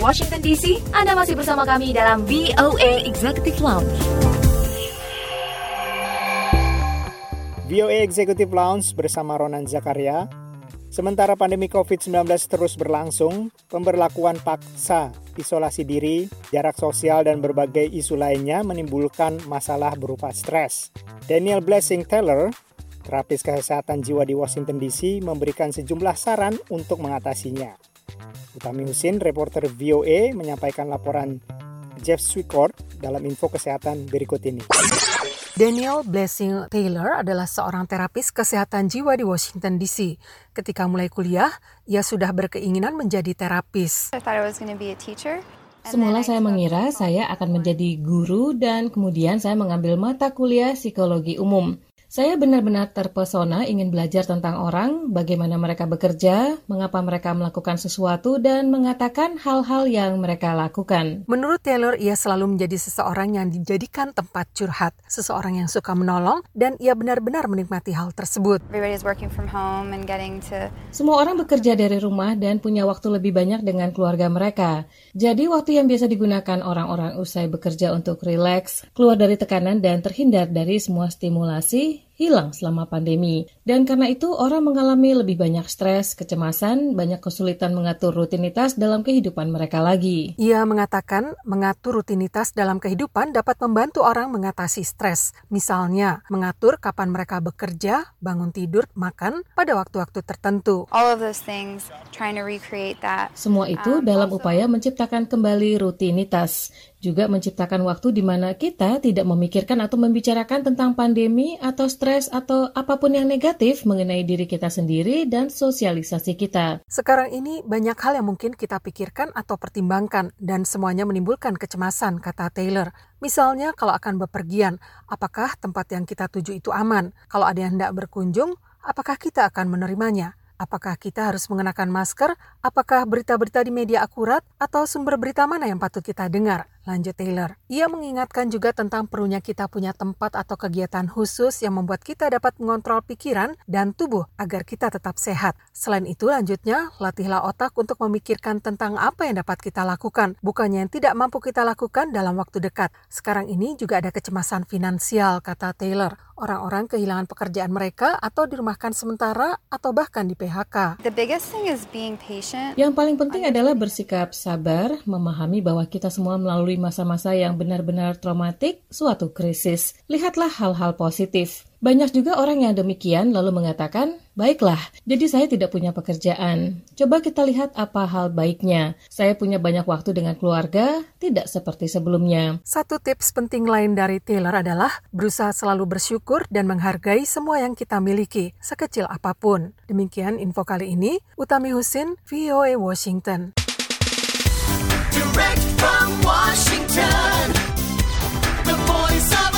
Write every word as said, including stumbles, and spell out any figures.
Washington D C, Anda masih bersama kami dalam V O A Executive Lounge. V O A Executive Lounge bersama Ronan Zakaria. Sementara pandemi covid sembilan belas terus berlangsung, pemberlakuan paksa, isolasi diri, jarak sosial, dan berbagai isu lainnya menimbulkan masalah berupa stres. Daniel Blessing Taylor, terapis kesehatan jiwa di Washington D C, memberikan sejumlah saran untuk mengatasinya. Utami Husin, reporter V O A, menyampaikan laporan Jeff Swicord dalam info kesehatan berikut ini. Daniel Blessing Taylor adalah seorang terapis kesehatan jiwa di Washington D C. Ketika mulai kuliah, ia sudah berkeinginan menjadi terapis. Semula saya mengira saya akan menjadi guru dan kemudian saya mengambil mata kuliah psikologi umum. Saya benar-benar terpesona ingin belajar tentang orang, bagaimana mereka bekerja, mengapa mereka melakukan sesuatu, dan mengatakan hal-hal yang mereka lakukan. Menurut Taylor, ia selalu menjadi seseorang yang dijadikan tempat curhat, seseorang yang suka menolong, dan ia benar-benar menikmati hal tersebut. To... Semua orang bekerja dari rumah dan punya waktu lebih banyak dengan keluarga mereka. Jadi waktu yang biasa digunakan orang-orang usai bekerja untuk rileks, keluar dari tekanan dan terhindar dari semua stimulasi, hilang selama pandemi. Dan karena itu orang mengalami lebih banyak stres, kecemasan, banyak kesulitan mengatur rutinitas dalam kehidupan mereka lagi. Ia mengatakan mengatur rutinitas dalam kehidupan dapat membantu orang mengatasi stres. Misalnya, mengatur kapan mereka bekerja, bangun tidur, makan pada waktu-waktu tertentu. All of those things, trying to recreate that. Semua itu dalam upaya menciptakan kembali rutinitas. Juga menciptakan waktu di mana kita tidak memikirkan atau membicarakan tentang pandemi atau stres atau apapun yang negatif mengenai diri kita sendiri dan sosialisasi kita. Sekarang ini banyak hal yang mungkin kita pikirkan atau pertimbangkan dan semuanya menimbulkan kecemasan, kata Taylor. Misalnya kalau akan bepergian, apakah tempat yang kita tuju itu aman? Kalau ada yang hendak berkunjung, apakah kita akan menerimanya? Apakah kita harus mengenakan masker? Apakah berita-berita di media akurat? Atau sumber berita mana yang patut kita dengar? Lanjut Taylor. Ia mengingatkan juga tentang perlunya kita punya tempat atau kegiatan khusus yang membuat kita dapat mengontrol pikiran dan tubuh agar kita tetap sehat. Selain itu, lanjutnya, latihlah otak untuk memikirkan tentang apa yang dapat kita lakukan, bukannya yang tidak mampu kita lakukan dalam waktu dekat. Sekarang ini juga ada kecemasan finansial, kata Taylor. Orang-orang kehilangan pekerjaan mereka atau dirumahkan sementara atau bahkan di P H K. The biggest thing is being patient. Yang paling penting adalah bersikap sabar, memahami bahwa kita semua melalui masa-masa yang benar-benar traumatik, suatu krisis. Lihatlah hal-hal positif. Banyak juga orang yang demikian lalu mengatakan, baiklah, jadi saya tidak punya pekerjaan. Coba kita lihat apa hal baiknya. Saya punya banyak waktu dengan keluarga, tidak seperti sebelumnya. Satu tips penting lain dari Taylor adalah berusaha selalu bersyukur dan menghargai semua yang kita miliki, sekecil apapun. Demikian info kali ini, Utami Husin, V O A Washington. Direct from Washington, the voice of